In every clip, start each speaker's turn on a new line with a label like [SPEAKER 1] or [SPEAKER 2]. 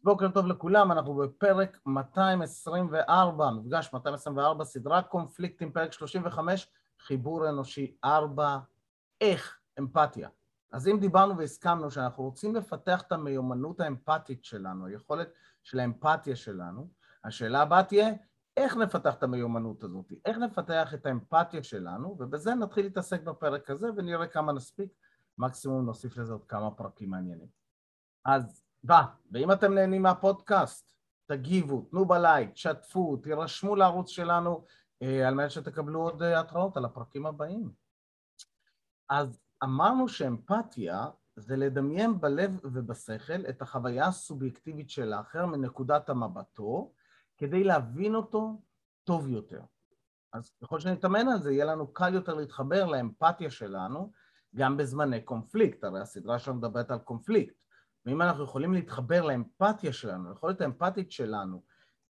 [SPEAKER 1] בוקר טוב לכולם, אנחנו בפרק 224, מפגש 224, סדרה קונפליקטים, פרק 35, חיבור אנושי 4, איך אמפתיה. אז אם דיברנו והסכמנו שאנחנו רוצים לפתח את המיומנות האמפתית שלנו, היכולת של האמפתיה שלנו, השאלה הבאה תהיה, איך נפתח את המיומנות הזאת? איך נפתח את האמפתיה שלנו? ובזה נתחיל להתעסק בפרק הזה ונראה כמה נספיק, מקסימום נוסיף לזה עוד כמה פרקים מעניינים. אז ואם אתם נהנים מהפודקאסט, תגיבו, תנו בלייק, שתפו, תירשמו לערוץ שלנו, על מנת שתקבלו עוד התראות על הפרקים הבאים. אז אמרנו שאמפתיה זה לדמיין בלב ובשכל את החוויה הסובייקטיבית של האחר מנקודת המבטו, כדי להבין אותו טוב יותר. אז ככל שנתאמן על זה, יהיה לנו קל יותר להתחבר לאמפתיה שלנו, גם בזמני קונפליקט, הרי הסדרה שלנו מדברת על קונפליקט. ואם אנחנו יכולים להתחבר לאמפתיה שלנו, יכולת האמפתית שלנו,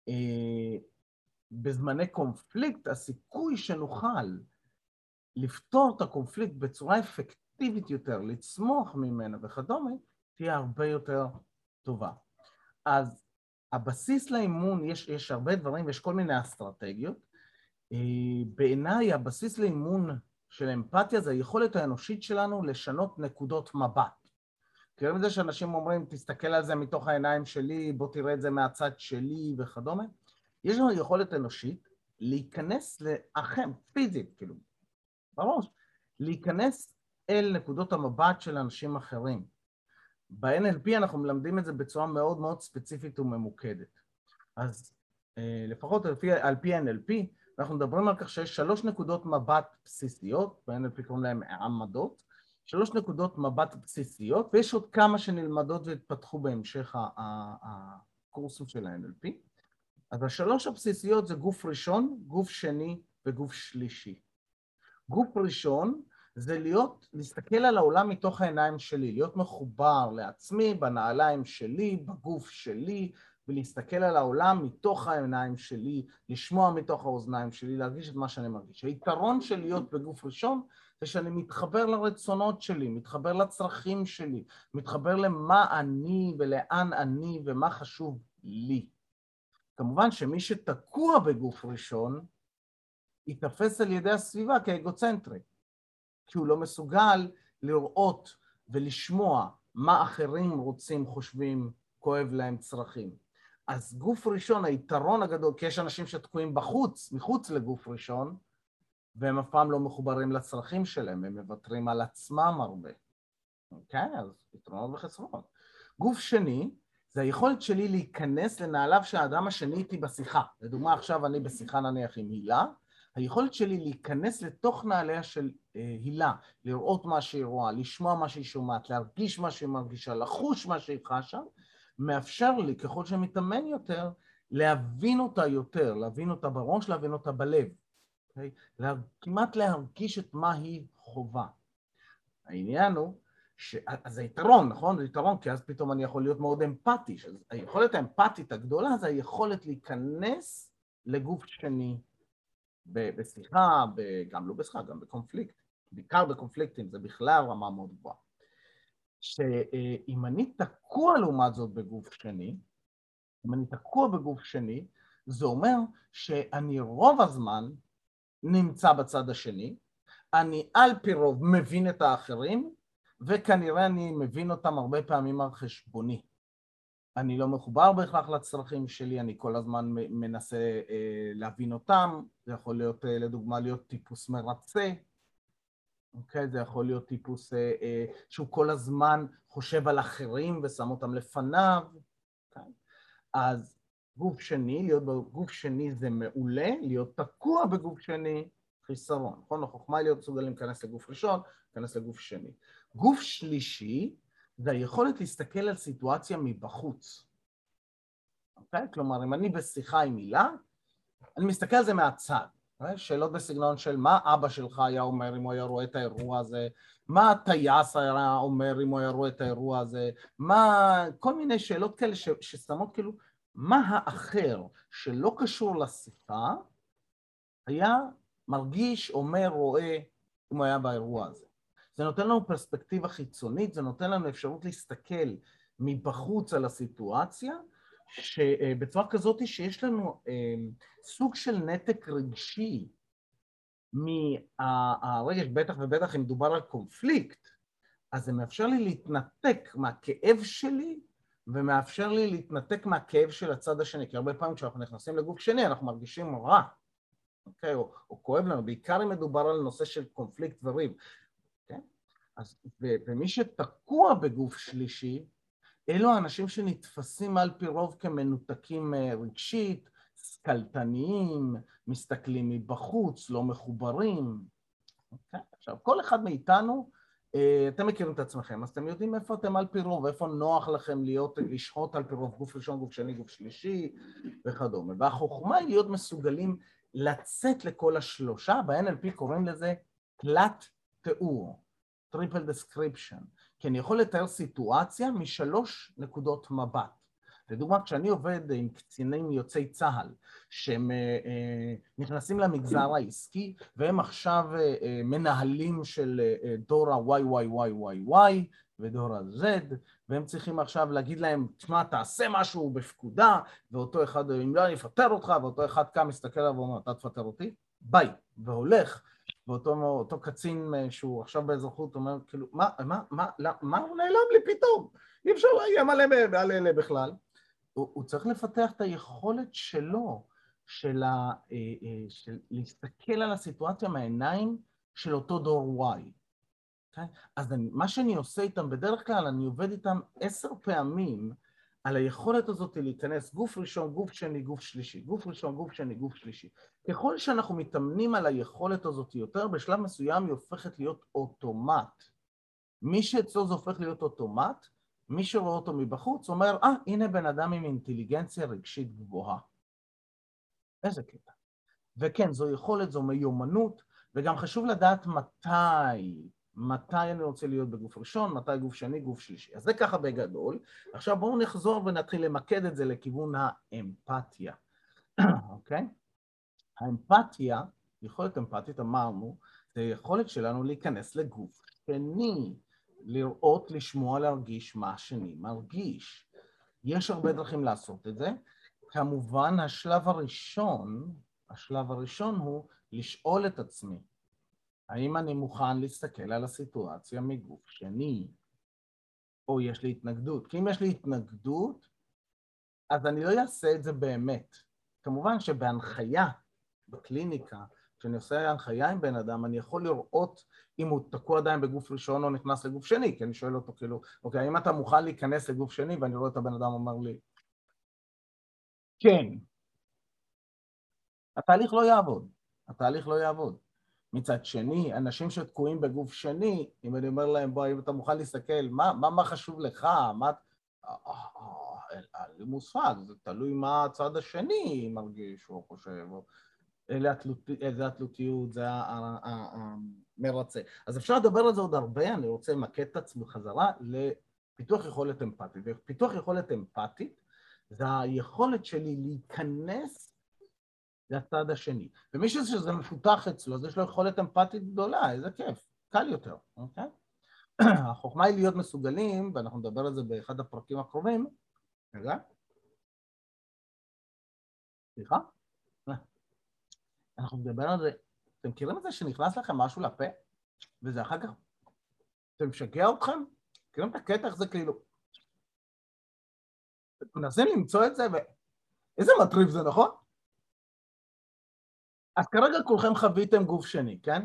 [SPEAKER 1] בזמני קונפליקט, הסיכוי שנוכל לפתור את הקונפליקט בצורה אפקטיבית יותר, לצמוח ממנה וכדומה, תהיה הרבה יותר טובה. אז הבסיס לאימון, יש הרבה דברים, יש כל מיני אסטרטגיות. בעיניי, הבסיס לאימון של אמפתיה זה היכולת האנושית שלנו לשנות נקודות מבט. תראה מזה שאנשים אומרים, תסתכל על זה מתוך העיניים שלי, בוא תראה את זה מהצד שלי וכדומה. יש לנו יכולת אנושית להיכנס לאחר, פיזית, כאילו, בראש, להיכנס אל נקודות המבט של אנשים אחרים. ב-NLP אנחנו מלמדים את זה בצורה מאוד מאוד ספציפית וממוקדת. אז לפחות על פי NLP, אנחנו מדברים על כך שיש 3 נקודות מבט בסיסיות, ב-NLP קוראים להם עמדות, 3 נקודות מבט בסיסיות, ויש עוד כמה שנלמדות והתפתחו בהמשך הקורסים של ה-NLP. אז 3 הבסיסיות זה גוף ראשון, גוף שני וגוף שלישי. גוף ראשון זה להסתכל על העולם מתוך העיניים שלי, להיות מחובר לעצמי, בנעליים שלי, בגוף שלי, ולהסתכל על העולם מתוך העיניים שלי, לשמוע מתוך האוזניים שלי, להרגיש את מה שאני מרגיש. היתרון של להיות בגוף ראשון זה שאני מתחבר לרצונות שלי, מתחבר לצרכים שלי, מתחבר למה אני ולאן אני ומה חשוב לי. כמובן שמי שתקוע בגוף ראשון, יתפס על ידי הסביבה כאגוצנטרי, כי הוא לא מסוגל לראות ולשמוע מה אחרים רוצים, חושבים, כואב להם צרכים. אז גוף ראשון, היתרון הגדול, כי יש אנשים שתקועים בחוץ, מחוץ לגוף ראשון, והם אף פעם לא מחוברים לצרכים שלהם, הם מוותרים על עצמם הרבה. אוקיי? אז יתרונות וחסרונות. גוף שני, זה היכולת שלי להיכנס לנעליו של האדם השני איתי בשיחה. לדוגמה, עכשיו אני בשיחה נניח עם הילה, היכולת שלי להיכנס לתוך נעליה של הילה, לראות מה שהיא רואה, לשמוע מה שהיא שומעת, להרגיש מה שהיא מרגישה, לחוש מה שהיא חשה, מאפשר לי, ככל שמתאמן יותר, להבין אותה יותר, להבין אותה בראש, להבין אותה בלב. Okay? כמעט להרגיש את מה היא חובה. העניין הוא, אז זה יתרון, נכון? זה יתרון, כי אז פתאום אני יכול להיות מאוד אמפתי. היכולת האמפתית הגדולה זה היכולת להיכנס לגוף שני, בשיחה, גם לא בשיחה, גם בקונפליקט. בעיקר בקונפליקטים, זה בכלל רמה מאוד גבוהה. שאם אני תקוע לעומת זאת בגוף שני, אם אני תקוע בגוף שני, זה אומר שאני רוב הזמן נמצא בצד השני, אני על פי רוב מבין את האחרים, וכנראה אני מבין אותם הרבה פעמים על חשבוני. אני לא מחובר בהכרח לצרכים שלי, אני כל הזמן מנסה להבין אותם, זה יכול להיות לדוגמה להיות טיפוס מרצה, אוקיי? זה יכול להיות טיפוס שהוא כל הזמן חושב על אחרים ושם אותם לפניו, אוקיי? אז גוף שני, להיות בגוף שני זה מעולה, להיות תקוע בגוף שני, חיסרון, נכון? החוכמה היא להיות מסוגלים להיכנס לגוף ראשון, להיכנס לגוף שני. גוף שלישי זה היכולת להסתכל על סיטואציה מבחוץ. אוקיי? כלומר, אם אני בשיחה עם הילה, אני מסתכל על זה מהצד. שאלות בסגנון של מה אבא שלך היה אומר אם הוא היה רואה את האירוע הזה, מה הטייס היה אומר אם הוא היה רואה את האירוע הזה, כל מיני שאלות כאלה ששמות כאילו, מה האחר שלא קשור לשיחה, היה מרגיש, אומר, רואה אם הוא היה באירוע הזה. זה נותן לנו פרספקטיבה חיצונית, זה נותן לנו אפשרות להסתכל מבחוץ על הסיטואציה, שבצורה כזאת שיש לנו סוג של נתק רגשי מהרגש, בטח ובטח אם מדובר על קונפליקט, אז זה מאפשר לי להתנתק מהכאב שלי, ומאפשר לי להתנתק מהכאב של הצד השני, כי הרבה פעמים כשאנחנו נכנסים לגוף שני, אנחנו מרגישים רע, אוקיי? או כואב לנו, בעיקר אם מדובר על נושא של קונפליקט וריב, אוקיי? ומי שתקוע בגוף שלישי, אלו האנשים שנתפסים על פי רוב כמנותקים רגשית, סקלטניים, מסתכלים מבחוץ, לא מחוברים. Okay? עכשיו, כל אחד מאיתנו, אתם מכירים את עצמכם, אז אתם יודעים איפה אתם על פי רוב, איפה נוח לכם לשהות על פי רוב, גוף ראשון, גוף שני, גוף שלישי וכדומה. והחוכמה היא להיות מסוגלים לצאת לכל השלושה, ב-NLP קוראים לזה תלת תיאור, triple description, כי אני יכול לתאר סיטואציה משלוש נקודות מבט. לדוגמה, כשאני עובד עם קצינים יוצאי צה"ל, שהם נכנסים למגזר העסקי, והם עכשיו מנהלים של דור ה-YYYYY ודור ה-Z, והם צריכים עכשיו להגיד להם, תשמע, תעשה משהו בפקודה, ואותו אחד, אם לא, אני אפטר אותך, ואותו אחד קם, מסתכל עליו ואומר, אתה תפטר אותי? ביי, והולך. ואותו קצין שהוא עכשיו באזרחות אומר, כאילו, מה הוא נעלם לי פתאום? אי אפשר לאיים על אלה בכלל. הוא צריך לפתח את היכולת שלו, של להסתכל על הסיטואציה מהעיניים של אותו דור Y. Okay? אז מה שאני עושה איתם, בדרך כלל אני עובד איתם 10 פעמים על היכולת הזאת להיכנס גוף ראשון, גוף שני, גוף שלישי, גוף ראשון, גוף שני, גוף שלישי. ככל שאנחנו מתאמנים על היכולת הזאת יותר, בשלב מסוים היא הופכת להיות אוטומט. מי שאצלו זה הופך להיות אוטומט, מי שרואה אותו מבחוץ אומר, הנה בן אדם עם אינטליגנציה רגשית גבוהה. איזה קטע. וכן, זו יכולת, זו מיומנות, וגם חשוב לדעת מתי אני רוצה להיות בגוף ראשון, מתי גוף שני, גוף שלישי. אז זה ככה בגדול. עכשיו בואו נחזור ונתחיל למקד את זה לכיוון האמפתיה. אוקיי? האמפתיה, יכולת אמפתית, אמרנו, זה יכולת שלנו להיכנס לגוף שני, לראות, לשמוע, להרגיש מה השני מרגיש. יש הרבה דרכים לעשות את זה. כמובן, השלב הראשון הוא לשאול את עצמי, האם אני מוכן להסתכל על הסיטואציה מגוף שני, או יש לי התנגדות? כי אם יש לי התנגדות, אז אני לא אעשה את זה באמת. כמובן שבהנחיה, בקליניקה, כשאני עושה הנחיה עם בן אדם, אני יכול לראות אם הוא תקוע עדיין בגוף ראשון או נכנס לגוף שני, כי אני שואל אותו כאילו, אוקיי, האם אתה מוכן להיכנס לגוף שני? ואני רואה את הבן אדם אומר לי, כן. התהליך לא יעבוד. מצד שני, אנשים שתקועים בגוף שני, אם אני אומר להם, בוא, אם אתה מוכן להסתכל, מה חשוב לך? אין לי מושג, זה תלוי מה הצד השני מרגיש או חושב, איזה התלותיות, זה המרצה. אז אפשר לדבר על זה עוד הרבה, אני רוצה למקד את עצמי חזרה לפיתוח יכולת אמפתית. ופיתוח יכולת אמפתית זה היכולת שלי להיכנס לצד השני. ומי שזה מפותח אצלו, אז יש לו יכולת אמפתית גדולה, איזה כיף, קל יותר, אוקיי? החוכמה היא להיות מסוגלים, ואנחנו נדבר על זה באחד הפרקים הקרובים, רגע? סליחה? אנחנו נדבר על זה, אתם מכירים את זה שנכנס לכם משהו לפה, וזה אחר כך, זה משגע אתכם? מכירים את הקטע, זה כאילו, מנסים למצוא את זה, ואיזה מטריף זה, נכון? אז כרגע כולכם חוויתם גוף שני, כן?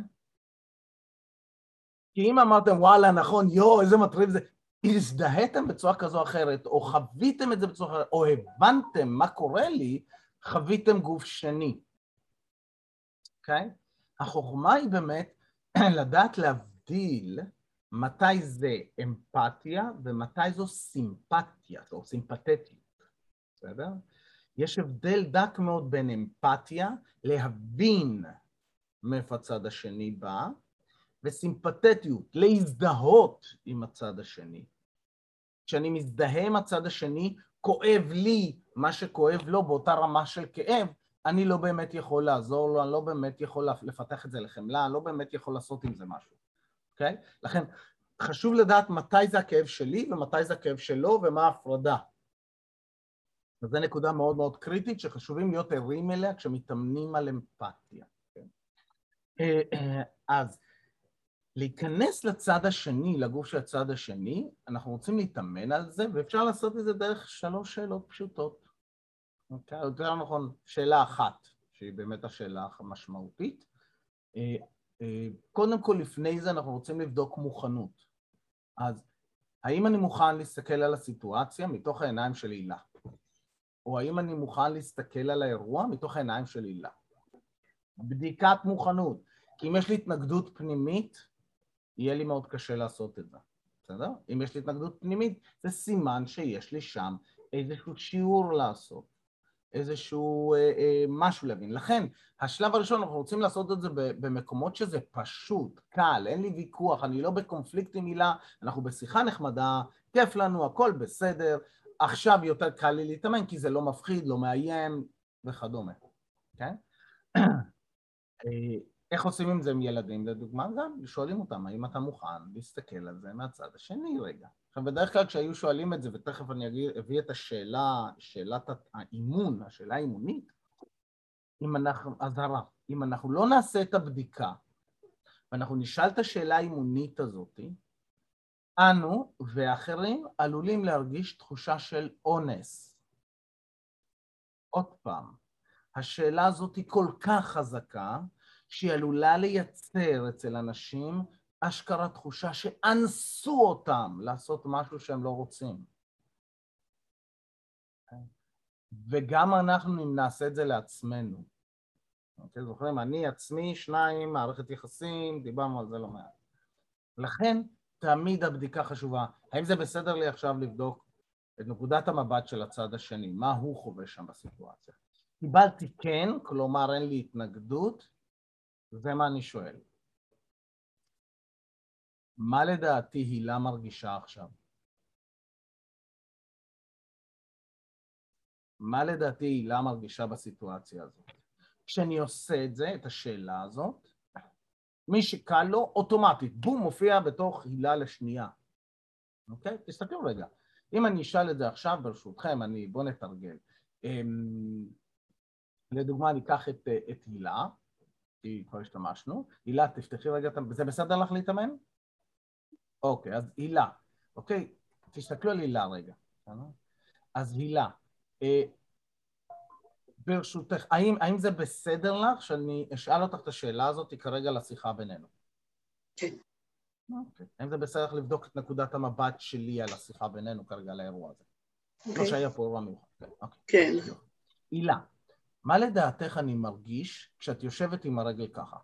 [SPEAKER 1] כי אם אמרתם, וואלה, נכון, איזה מטריף זה, הזדהיתם בצורה כזו או אחרת, או חוויתם את זה בצורה אחרת, או הבנתם מה קורה לי, חוויתם גוף שני. אוקיי? החוכמה היא באמת לדעת להבדיל מתי זה אמפתיה ומתי זו סימפתיה, או סימפתטיות. בסדר? יש הבדל דק מאוד בין אמפתיה, להבין מאיפה הצד השני בא, וסימפתטיות, להזדהות עם הצד השני. כשאני מזדהה עם הצד השני, כואב לי מה שכואב לו באותה רמה של כאב, אני לא באמת יכול לעזור לו, אני לא באמת יכול לפתח את זה לחמלה, אני לא באמת יכול לעשות עם זה משהו, אוקיי? לכן חשוב לדעת מתי זה הכאב שלי ומתי זה הכאב שלו ומה ההפרדה. אז זו נקודה מאוד מאוד קריטית שחשובים להיות ערים אליה כשמתאמנים על אמפתיה. אז להיכנס לצד השני, לגוף של הצד השני, אנחנו רוצים להתאמן על זה, ואפשר לעשות את זה דרך 3 שאלות פשוטות. אוקיי? יותר נכון, שאלה אחת, שהיא באמת השאלה המשמעותית. קודם כל, לפני זה אנחנו רוצים לבדוק מוכנות. אז האם אני מוכן להסתכל על הסיטואציה מתוך העיניים של הילה? או האם אני מוכן להסתכל על האירוע מתוך העיניים של הילה? בדיקת מוכנות. כי אם יש לי התנגדות פנימית, יהיה לי מאוד קשה לעשות את זה. בסדר? אם יש לי התנגדות פנימית, זה סימן שיש לי שם איזשהו שיעור לעשות, איזשהו משהו להבין. לכן, השלב הראשון, אנחנו רוצים לעשות את זה במקומות שזה פשוט, קל, אין לי ויכוח, אני לא בקונפליקט עם מילה, אנחנו בשיחה נחמדה, כיף לנו, הכל בסדר, עכשיו יותר קל לי להתאמן, כי זה לא מפחיד, לא מאיים וכדומה. כן? איך עושים עם זה עם ילדים? לדוגמה, גם שואלים אותם, האם אתה מוכן להסתכל על זה מהצד השני רגע? עכשיו, בדרך כלל כשהיו שואלים את זה, ותכף אני אביא את השאלה, שאלת האימון, השאלה האימונית, אם אנחנו לא נעשה את הבדיקה, ואנחנו נשאל את השאלה האימונית הזאת, אנו ואחרים עלולים להרגיש תחושה של אונס. עוד פעם, השאלה הזאת היא כל כך חזקה, שהיא עלולה לייצר אצל אנשים אשכרה תחושה שאנסו אותם לעשות משהו שהם לא רוצים. וגם אנחנו אם נעשה את זה לעצמנו. אוקיי, זוכרים, אני עצמי, 2, מערכת יחסים, דיברנו על זה לא מעט. לכן, תמיד הבדיקה חשובה. האם זה בסדר לי עכשיו לבדוק את נקודת המבט של הצד השני? מה הוא חווה שם בסיטואציה? קיבלתי כן, כלומר אין לי התנגדות, זה מה אני שואל. מה לדעתי הילה מרגישה עכשיו? מה לדעתי הילה מרגישה בסיטואציה הזאת? כשאני עושה את זה, את השאלה הזאת, מי שקל לו, אוטומטית, בום, מופיע בתוך הילה לשנייה. אוקיי? תסתכלו רגע. אם אני אשאל את זה עכשיו, ברשותכם, בוא נתרגל. לדוגמה, אני אקח את הילה, כי כבר השתמשנו. הילה, תפתחי רגע, זה בסדר לך להתאמן? אוקיי, אז הילה. אוקיי, תסתכלו על הילה רגע. אז הילה, ברשותך, האם זה בסדר לך שאני אשאל אותך את השאלה הזאת כרגע לשיחה בינינו?
[SPEAKER 2] כן.
[SPEAKER 1] אוקיי. האם זה בסדר לך לבדוק את נקודת המבט שלי על השיחה בינינו כרגע על האירוע הזה?
[SPEAKER 2] אוקיי.
[SPEAKER 1] לא שהיה פה אירוע מיוחד.
[SPEAKER 2] כן.
[SPEAKER 1] הילה, מה לדעתך אני מרגיש כשאת יושבת עם הרגל ככה?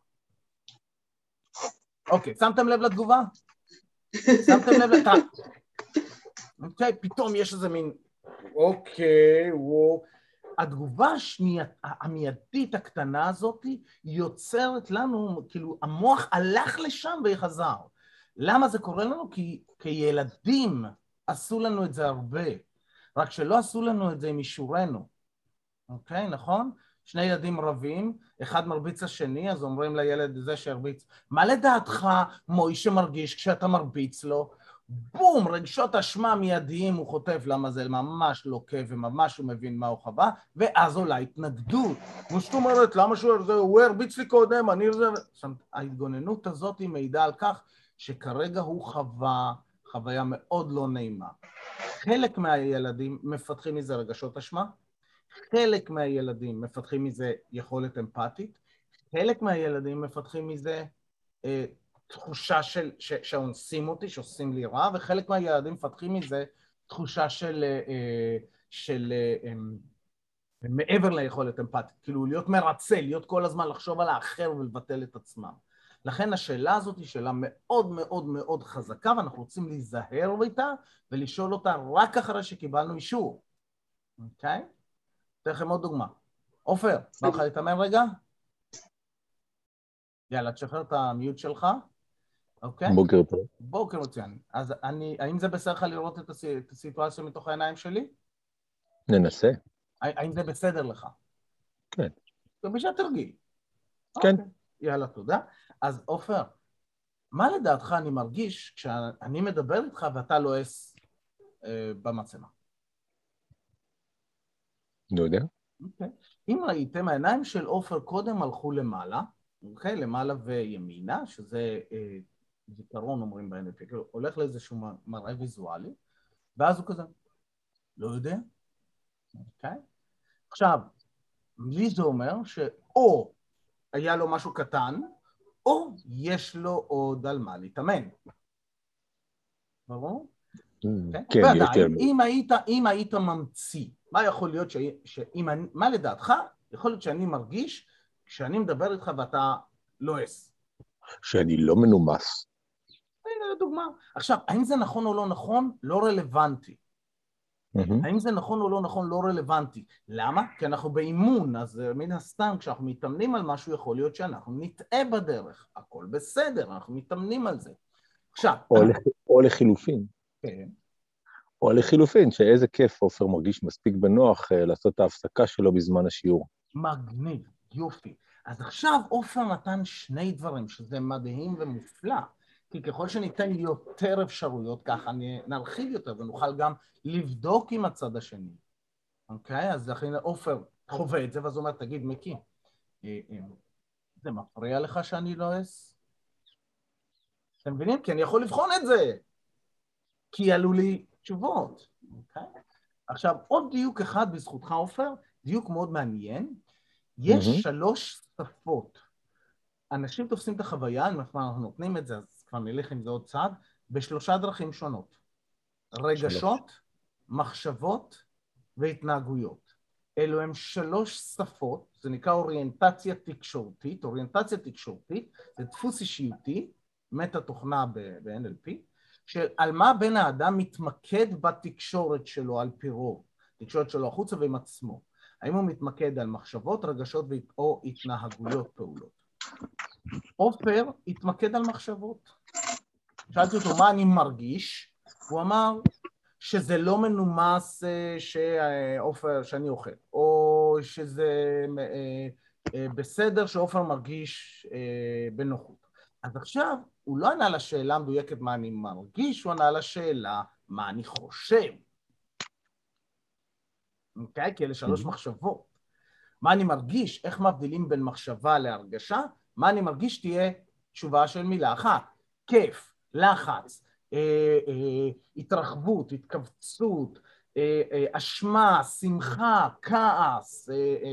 [SPEAKER 1] אוקיי, שמתם לב לתגובה? שמתם לב אוקיי, פתאום יש איזה מין... אוקיי, וואו. התגובה המיידית הקטנה הזאת יוצרת לנו, כאילו המוח הלך לשם וחזר. למה זה קורה לנו? כי כילדים עשו לנו את זה הרבה, רק שלא עשו לנו את זה עם אישורנו. אוקיי, נכון? 2 ילדים רבים, אחד מרביץ לשני, אז אומרים לילד זה שהרביץ, מה לדעתך מוישה מרגיש כשאתה מרביץ לו? בום, רגשות אשמה מיידיים, הוא חוטף למה זה ממש לא כיף וממש הוא מבין מה הוא חווה, ואז עולה התנגדות. כמו שאת אומרת, למה הוא הרביץ לי קודם, אני זה... ההתגוננות הזאת היא מעידה על כך שכרגע הוא חוויה מאוד לא נעימה. חלק מהילדים מפתחים מזה רגשות אשמה, חלק מהילדים מפתחים מזה יכולת אמפתית, חלק מהילדים מפתחים מזה תחושה שאונסים אותי, שעושים לי רע, וחלק מהילדים מפתחים מזה תחושה של מעבר ליכולת אמפתית, כאילו להיות מרצה, להיות כל הזמן לחשוב על האחר ולבטל את עצמם. לכן השאלה הזאת היא שאלה מאוד מאוד מאוד חזקה, ואנחנו רוצים להיזהר איתה ולשאול אותה רק אחרי שקיבלנו אישור. אוקיי? אתן לכם עוד דוגמה. עופר, בא לך להתאמן רגע? יאללה, תשחרר את המיוט שלך. אוקיי?
[SPEAKER 3] בוקר טוב.
[SPEAKER 1] בוקר מצוין. אז האם זה בסדר לך לראות את הסיטואציה מתוך העיניים שלי?
[SPEAKER 3] ננסה.
[SPEAKER 1] האם זה בסדר לך?
[SPEAKER 3] כן.
[SPEAKER 1] זה בשביל תרגיל.
[SPEAKER 3] כן.
[SPEAKER 1] אוקיי. יאללה, תודה. אז עופר, מה לדעתך אני מרגיש כשאני מדבר איתך ואתה לועס במצלמה?
[SPEAKER 3] לא יודע.
[SPEAKER 1] אוקיי. אם ראיתם, העיניים של עופר קודם הלכו למעלה, אוקיי? למעלה וימינה, שזה זיכרון אומרים ב-NLP, כאילו הולך לאיזשהו מראה ויזואלי, ואז הוא כזה, לא יודע, אוקיי? עכשיו, לי זה אומר שאו היה לו משהו קטן, או יש לו עוד על מה להתאמן. ברור?
[SPEAKER 3] כן, יש לי
[SPEAKER 1] ועדיין,
[SPEAKER 3] על מה.
[SPEAKER 1] אם היית ממציא, מה יכול להיות מה לדעתך, יכול להיות שאני מרגיש כשאני מדבר איתך ואתה לועס.
[SPEAKER 3] שאני לא מנומס.
[SPEAKER 1] הנה לדוגמה. עכשיו, האם זה נכון או לא נכון? לא רלוונטי. האם זה נכון או לא נכון? לא רלוונטי. למה? כי אנחנו באימון, אז מן הסתם כשאנחנו מתאמנים על משהו יכול להיות שאנחנו נטעה בדרך. הכל בסדר, אנחנו מתאמנים על זה. עכשיו...
[SPEAKER 3] או לחילופין.
[SPEAKER 1] כן.
[SPEAKER 3] או לחילופין, שאיזה כיף עופר מרגיש מספיק בנוח לעשות את ההפסקה שלו בזמן השיעור.
[SPEAKER 1] מגניב, יופי. אז עכשיו עופר נתן שני דברים, שזה מדהים ומופלא, כי ככל שניתן יותר אפשרויות, ככה נרחיב יותר ונוכל גם לבדוק עם הצד השני. אוקיי? אז לכן עופר חווה את זה, ואז הוא אומר, תגיד, מיקי, זה מפריע לך שאני לועס? אתם מבינים? כי אני יכול לבחון את זה, כי עלו לי תשובות. אוקיי? עכשיו, עוד דיוק אחד בזכותך, עופר, דיוק מאוד מעניין. יש 3 שפות. אנשים תופסים את החוויה, אם אנחנו נותנים את זה, אז כבר נלך עם זה עוד צעד, ב3 דרכים שונות. רגשות, מחשבות והתנהגויות. אלו הם 3 שפות, זה נקרא אוריינטציה תקשורתית. אוריינטציה תקשורתית זה דפוס אישיותי, מטה תוכנה ב-NLP, שעל מה בן האדם מתמקד בתקשורת שלו על פי רוב, תקשורת שלו החוצה ועם עצמו. האם הוא מתמקד על מחשבות, רגשות או התנהגויות פעולות? עופר התמקד על מחשבות. שאלתי אותו מה אני מרגיש, הוא אמר שזה לא מנומס שעופר, שאני אוכל, או שזה בסדר שעופר מרגיש בנוחות. אז עכשיו הוא לא ענה לשאלה המדויקת מה אני מרגיש, הוא ענה לשאלה מה אני חושב. אוקיי? כי אלה 3 מחשבות. מה אני מרגיש, איך מבדילים בין מחשבה להרגשה, מה אני מרגיש תהיה תשובה של מילה אחת. כיף, לחץ, התרחבות, התכווצות, אשמה, שמחה, כעס,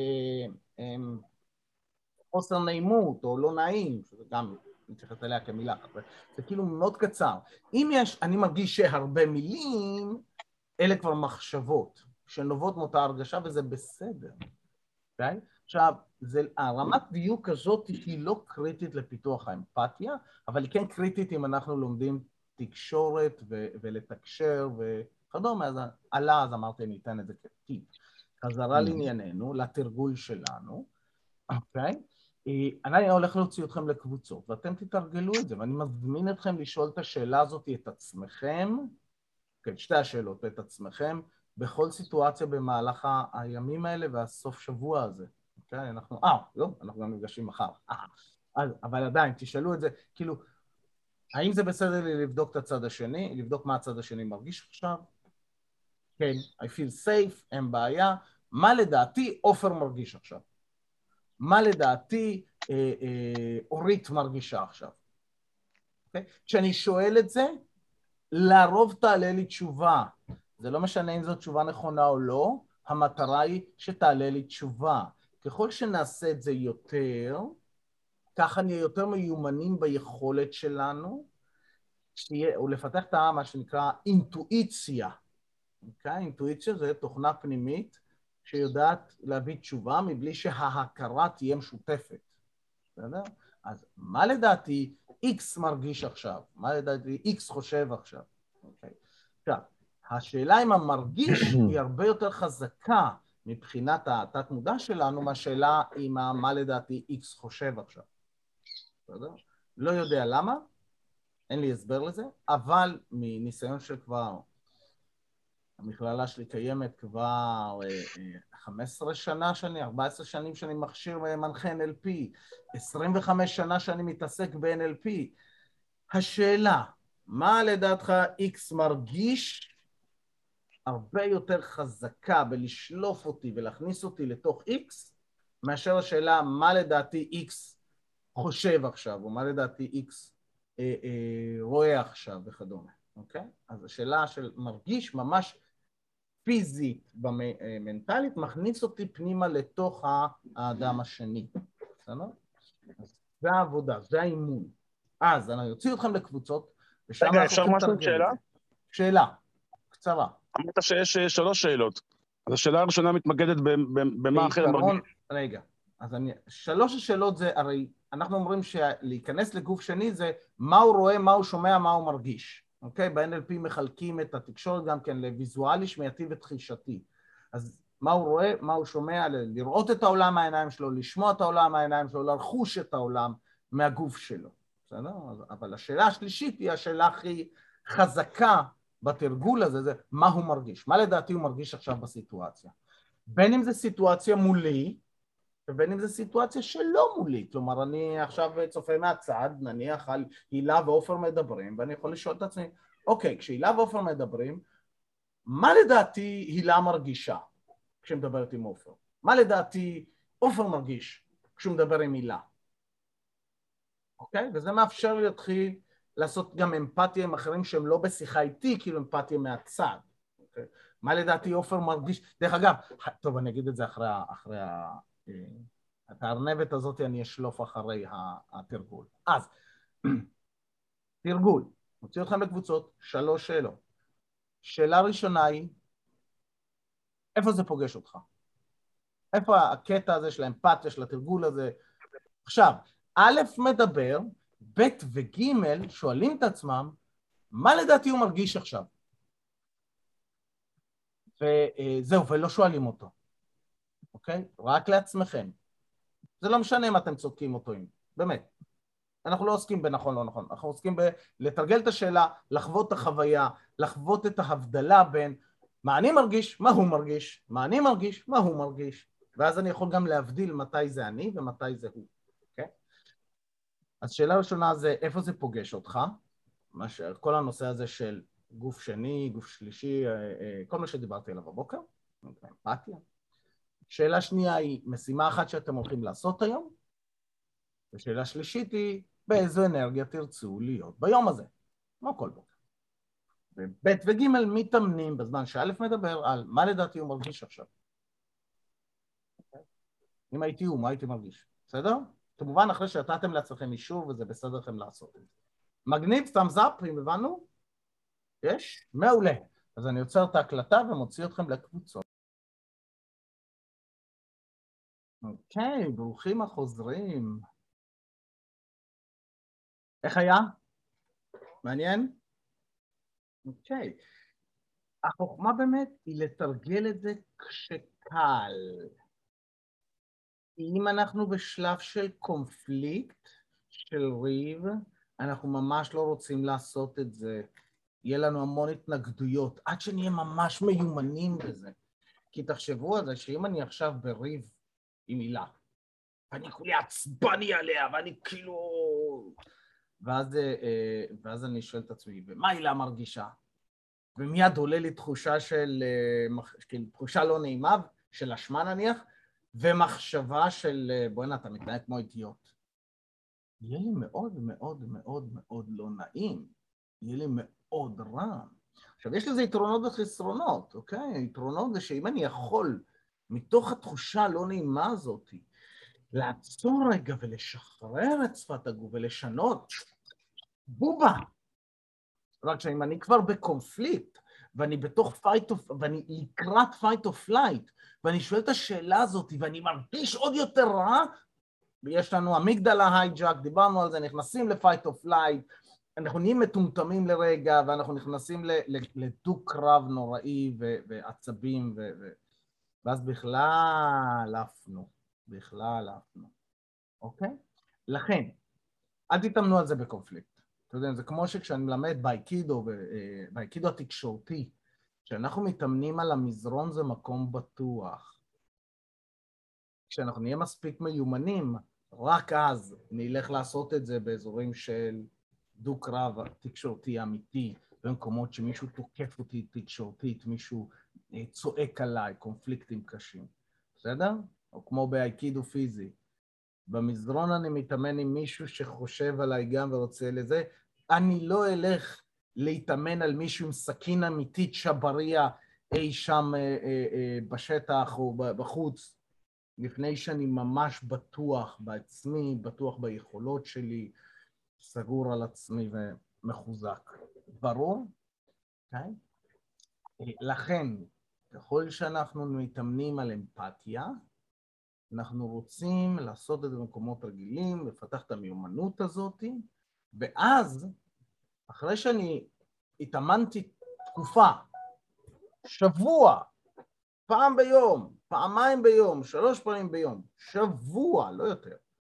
[SPEAKER 1] חוסר נעימות או לא נעים, שזה גם מתייחס אליה כמילה אחת. זה כאילו מאוד קצר. אם אני מרגיש שהרבה מילים, אלה כבר מחשבות שנובעות מאותה הרגשה וזה בסדר. Okay? עכשיו, הרמת דיוק הזאת היא לא קריטית לפיתוח האמפתיה, אבל היא כן קריטית אם אנחנו לומדים תקשורת ולתקשר וכדומה, אז אז אמרתי, ניתן את זה כטיפ. חזרה לענייננו, לתרגול שלנו, אוקיי? אני הולך להוציא אתכם לקבוצות, ואתם תתרגלו את זה, ואני מזמין אתכם לשאול את השאלה הזאת את עצמכם, כן, 2 השאלות את עצמכם, בכל סיטואציה במהלך הימים האלה והסוף שבוע הזה. אוקיי? אנחנו גם נפגשים מחר. אבל עדיין, תשאלו את זה, כאילו, האם זה בסדר לי לבדוק את הצד השני, לבדוק מה הצד השני מרגיש עכשיו? כן, I feel safe, אין בעיה. מה לדעתי עופר מרגיש עכשיו? מה לדעתי אורית מרגישה עכשיו? אוקיי? כשאני שואל את זה, לרוב תעלה לי תשובה. זה לא משנה אם זו תשובה נכונה או לא, המטרה היא שתעלה לי תשובה. ככל שנעשה את זה יותר, ככה נהיה יותר מיומנים ביכולת שלנו, ולפתח את מה שנקרא אינטואיציה. אינטואיציה זה תוכנה פנימית שיודעת להביא תשובה מבלי שההכרה תהיה משותפת. בסדר? אז מה לדעתי X מרגיש עכשיו? מה לדעתי X חושב עכשיו? אוקיי. עכשיו, השאלה אם המרגיש היא הרבה יותר חזקה מבחינת התת מודע שלנו מהשאלה אם מה לדעתי X חושב עכשיו. בסדר? לא יודע למה, אין לי הסבר לזה, אבל מניסיון שכבר המכללה שלי קיימת כבר 15 שנה 14 שנים שאני מכשיר מנחה NLP, 25 שנה שאני מתעסק ב-NLP. השאלה, מה לדעתך X מרגיש הרבה יותר חזקה בלשלוף אותי ולהכניס אותי לתוך X, מאשר השאלה מה לדעתי X חושב עכשיו, או מה לדעתי X רואה עכשיו וכדומה, אוקיי? אז השאלה של מרגיש ממש פיזית ומנטלית, מכניס אותי פנימה לתוך האדם השני, בסדר? זה העבודה, זה האימון. אז אני אוציא אתכם לקבוצות, ושם
[SPEAKER 2] רגע,
[SPEAKER 1] אנחנו
[SPEAKER 2] אפשר
[SPEAKER 1] הולכים
[SPEAKER 2] משהו?
[SPEAKER 1] לתרגל
[SPEAKER 2] שאלה?
[SPEAKER 1] את זה. שאלה, קצרה.
[SPEAKER 2] אמרת שיש 3 שאלות. אז השאלה הראשונה מתמקדת במה אחר
[SPEAKER 1] בעיקרון,
[SPEAKER 2] מרגיש.
[SPEAKER 1] רגע, אז 3 השאלות זה, הרי אנחנו אומרים שלהיכנס לגוף שני זה מה הוא רואה, מה הוא שומע, מה הוא מרגיש. אוקיי? ב-NLP מחלקים את התקשורת גם כן לוויזואלי, שמיעתי ותחישתי. אז מה הוא רואה, מה הוא שומע, לראות את העולם מהעיניים שלו, לשמוע את העולם מהעיניים שלו, לחוש את העולם מהגוף שלו. בסדר? אבל השאלה השלישית היא השאלה הכי חזקה בתרגול הזה, זה מה הוא מרגיש. מה לדעתי הוא מרגיש עכשיו בסיטואציה. בין אם זה סיטואציה מולי, ובין אם זה סיטואציה שלא מולי. כלומר, אני עכשיו צופה מהצד, נניח על הילה ועופר מדברים, ואני יכול לשאול את עצמי, אוקיי, כשהילה ועופר מדברים, מה לדעתי הילה מרגישה כשמדברת עם עופר? מה לדעתי עופר מרגיש כשהוא מדבר עם הילה? אוקיי? וזה מאפשר לי להתחיל לעשות גם אמפתיה עם אחרים שהם לא בשיחה איתי, כאילו אמפתיה מהצד. אוקיי? מה לדעתי עופר מרגיש? דרך אגב, טוב, אני אגיד את זה אחרי את הארנבת הזאת אני אשלוף אחרי התרגול. אז, תרגול. מוציא אתכם לקבוצות, 3 שאלות. שאלה ראשונה היא, איפה זה פוגש אותך? איפה הקטע הזה של האמפתיה, של התרגול הזה? עכשיו, א' מדבר, ב' וג' שואלים את עצמם, מה לדעתי הוא מרגיש עכשיו? וזהו, ולא שואלים אותו. אוקיי? רק לעצמכם. זה לא משנה אם אתם צודקים או טועים, באמת. אנחנו לא עוסקים בנכון לא נכון, אנחנו עוסקים בלתרגל את השאלה, לחוות את החוויה, לחוות את ההבדלה בין מה אני מרגיש, מה הוא מרגיש, מה אני מרגיש, מה הוא מרגיש, ואז אני יכול גם להבדיל מתי זה אני ומתי זה הוא. אוקיי? אז שאלה ראשונה זה איפה זה פוגש אותך, כל הנושא הזה של גוף שני, גוף שלישי, כל מה שדיברתי עליו בבוקר, אמפתיה. שאלה שנייה היא משימה אחת שאתם הולכים לעשות היום, ושאלה שלישית היא באיזו אנרגיה תרצו להיות ביום הזה, כמו כל בוקר. וב' וג' מתאמנים בזמן שא' מדבר על מה לדעתי הוא מרגיש עכשיו. אם הייתי הוא, מה הייתי מרגיש? בסדר? כמובן אחרי שנתתם לעצמכם אישור וזה בסדר לכם לעשות את זה. מגניב, thumbs up, אם הבנו? יש? מעולה. אז אני יוצר את ההקלטה ומוציא אתכם לקבוצות. אוקיי, ברוכים החוזרים. איך היה? מעניין? אוקיי. החוכמה באמת היא לתרגל את זה כשקל. אם אנחנו בשלב של קונפליקט, של ריב, אנחנו ממש לא רוצים לעשות את זה. יהיה לנו המון התנגדויות, עד שנהיה ממש מיומנים בזה. כי תחשבו על זה שאם אני עכשיו בריב עם הילה, ואני כולי עצבני עליה, ואני כאילו... ואז אני שואל את עצמי, ומה הילה מרגישה? ומיד עולה לי תחושה של, תחושה לא נעימה, של אשמה נניח, ומחשבה של, בוא'נה, אתה מתנהג כמו אידיוט. יהיה לי מאוד מאוד מאוד מאוד לא נעים. יהיה לי מאוד רע. עכשיו, יש לזה יתרונות וחסרונות, אוקיי? יתרונות זה שאם אני יכול, מתוך התחושה הלא נעימה הזאת, לעצור רגע ולשחרר את שפת הגוף ולשנות, בובה. רק שאם אני כבר בקונפליקט, ואני בתוך פייט אוף, ואני לקראת פייט אוף פלייט, ואני שואל את השאלה הזאת, ואני מרגיש עוד יותר רע, ויש לנו אמיגדלה הייג'אק, דיברנו על זה, נכנסים לפייט אוף פלייט, אנחנו נהיים מטומטמים לרגע, ואנחנו נכנסים לדוק קרב נוראי ועצבים, ואז בכלל עפנו, אוקיי? לכן, אל תתאמנו על זה בקונפליקט. אתה יודע, זה כמו שכשאני מלמד באייקידו, באייקידו התקשורתי, כשאנחנו מתאמנים על המזרון זה מקום בטוח. כשאנחנו נהיה מספיק מיומנים, רק אז נלך לעשות את זה באזורים של דו-קרב תקשורתי אמיתי, במקומות שמישהו תוקף אותי תקשורתית, מישהו צועק עליי, קונפליקטים קשים, בסדר? או כמו באייקידו פיזי. במזרון אני מתאמן עם מישהו שחושב עליי גם ורוצה לזה, אני לא אלך להתאמן על מישהו עם סכין אמיתית שבריה אי שם בשטח או בחוץ, לפני שאני ממש בטוח בעצמי, בטוח ביכולות שלי, סגור על עצמי ומחוזק. ברור? Okay? לכן, ככל שאנחנו מתאמנים על אמפתיה, אנחנו רוצים לעשות את זה במקומות רגילים, לפתח את המיומנות הזאת, ואז, אחרי שאני התאמנתי תקופה, שבוע, פעם ביום, פעמיים ביום, 3 פעמים ביום, שבוע, לא יותר.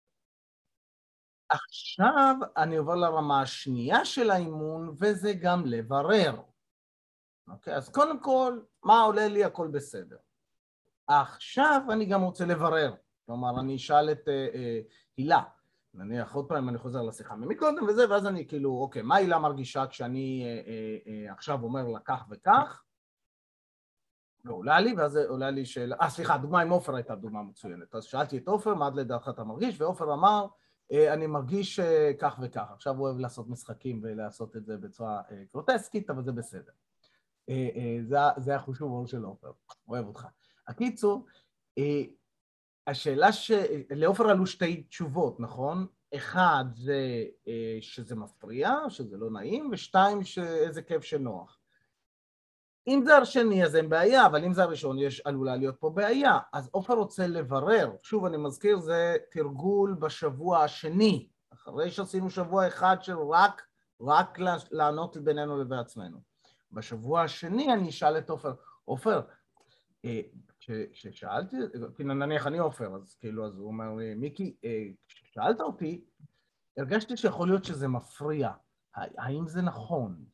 [SPEAKER 1] עכשיו אני עובר לרמה השנייה של האימון, וזה גם לברר. אוקיי? אז קודם כל, מה עולה לי? הכל בסדר. עכשיו אני גם רוצה לברר. כלומר, אני אשאל את הילה. נניח עוד פעם אני חוזר לשיחה ממקודם וזה, ואז אני כאילו, אוקיי, מה הילה מרגישה כשאני עכשיו אומר לה כך וכך? ועולה לי, ואז עולה לי שאלה, סליחה, דוגמה עם עופר הייתה דוגמה מצוינת. אז שאלתי את עופר, מה לדעתך אתה מרגיש? ועופר אמר, אני מרגיש כך וכך. עכשיו הוא אוהב לעשות משחקים ולעשות את זה בצורה גרוטסקית, אבל זה בסדר. זה החושב הור של עופר, אוהב אותך. הקיצור, השאלה שלעופר עלו 2 תשובות, נכון? אחד זה שזה מפריע, שזה לא נעים, ו2 שאיזה כיף שנוח. אם זה השני אז אין בעיה, אבל אם זה הראשון עלולה להיות פה בעיה. אז עופר רוצה לברר, שוב אני מזכיר, זה תרגול בשבוע השני, אחרי שעשינו שבוע אחד של רק לענות בינינו לבעצמנו. בשבוע השני אני אשאל את עופר, עופר, כששאלתי, נניח אני עופר, אז כאילו, אז הוא אומר לי, מיקי, כששאלת אותי, הרגשתי שיכול להיות שזה מפריע, האם זה נכון?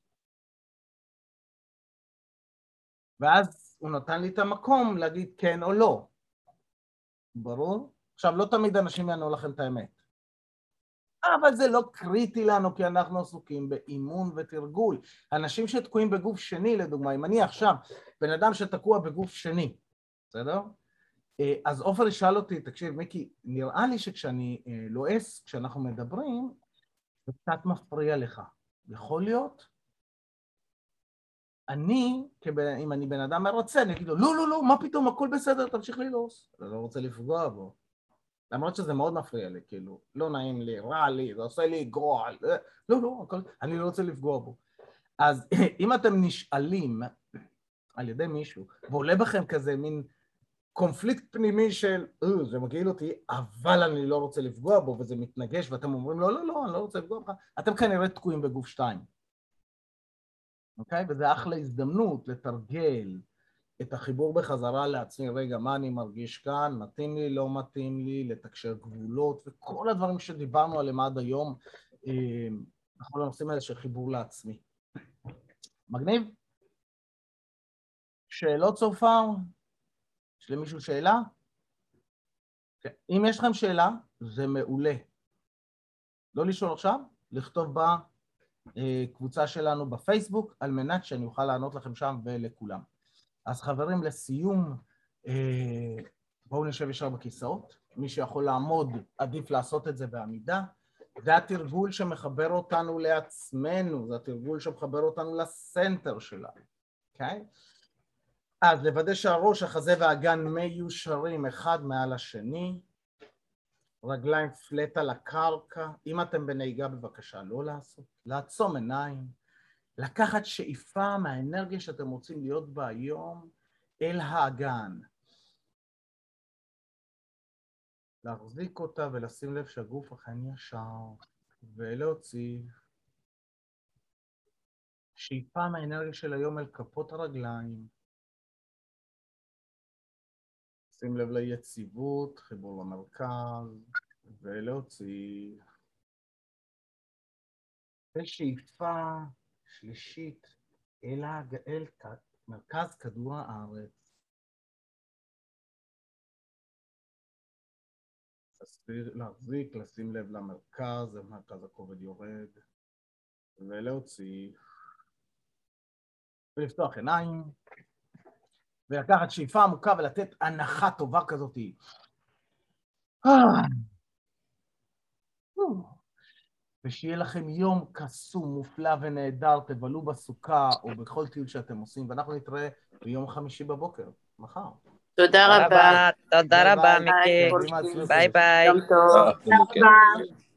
[SPEAKER 1] ואז הוא נתן לי את המקום להגיד כן או לא. ברור? עכשיו, לא תמיד אנשים יענו לכם את האמת. אבל זה לא קריטי לנו, כי אנחנו עסוקים באימון ותרגול. אנשים שתקועים בגוף שני, לדוגמה, אם אני עכשיו, בן אדם שתקוע בגוף שני, בסדר? אז עופר ישאל אותי, תקשיב, מיקי, נראה לי שכשאני לועס, כשאנחנו מדברים, זה קצת מפריע לך. יכול להיות? אם אני בן אדם מרצה, אני אגיד לו, לא, לא, לא, מה פתאום, הכל בסדר, תמשיך ללעוס. אני לא רוצה לפגוע בו. למרות שזה מאוד מפריע לי, כאילו, לא נעים לי, רע לי, זה עושה לי גרוע, לא, לא, אני לא רוצה לפגוע בו. אז אם אתם נשאלים על ידי מישהו, ועולה בכם כזה מין קונפליקט פנימי של, זה מגעיל אותי, אבל אני לא רוצה לפגוע בו, וזה מתנגש, ואתם אומרים, לא, לא, לא, אני לא רוצה לפגוע בך, אתם כנראה תקועים בגוף 2. אוקיי? וזה אחלה הזדמנות לתרגל את החיבור בחזרה לעצמי, רגע, מה אני מרגיש כאן, מתאים לי, לא מתאים לי, לתקשר גבולות, וכל הדברים שדיברנו עליהם עד היום, בכל הנושאים האלה של חיבור לעצמי. מגניב? שאלות סופר? יש למישהו שאלה? אם יש לכם שאלה, זה מעולה. לא לשאול עכשיו, לכתוב בקבוצה שלנו בפייסבוק, על מנת שאני אוכל לענות לכם שם ולכולם. אז חברים, לסיום, בואו נשב ישר בכיסאות. מי שיכול לעמוד, עדיף לעשות את זה בעמידה. זה התרגול שמחבר אותנו לעצמנו, זה התרגול שמחבר אותנו לסנטר שלנו, אוקיי? אז לוודא שהראש, החזה והאגן מיושרים אחד מעל השני, רגליים פלט על הקרקע, אם אתם בנהיגה בבקשה לא לעשות, לעצום עיניים, לקחת שאיפה מהאנרגיה שאתם רוצים להיות בה היום אל האגן. להחזיק אותה ולשים לב שהגוף אכן ישר, ולהוציא שאיפה מהאנרגיה של היום אל כפות הרגליים. שים לב ליציבות, חיבור למרכז, ולהוציא. ושאיפה שלישית אל מרכז כדור הארץ. להחזיק, לשים לב למרכז, מרכז הכובד יורד, ולהוציא. ולפתוח עיניים, ולקחת שאיפה עמוקה ולתת הנחה טובה כזאת. ושיהיה לכם יום קסום, מופלא ונהדר, תבלו בסוכה או בכל טיול שאתם עושים, ואנחנו נתראה ביום חמישי בבוקר, מחר.
[SPEAKER 4] תודה רבה.
[SPEAKER 5] תודה רבה, מיקי. ביי ביי.
[SPEAKER 4] יום טוב.
[SPEAKER 3] תודה רבה.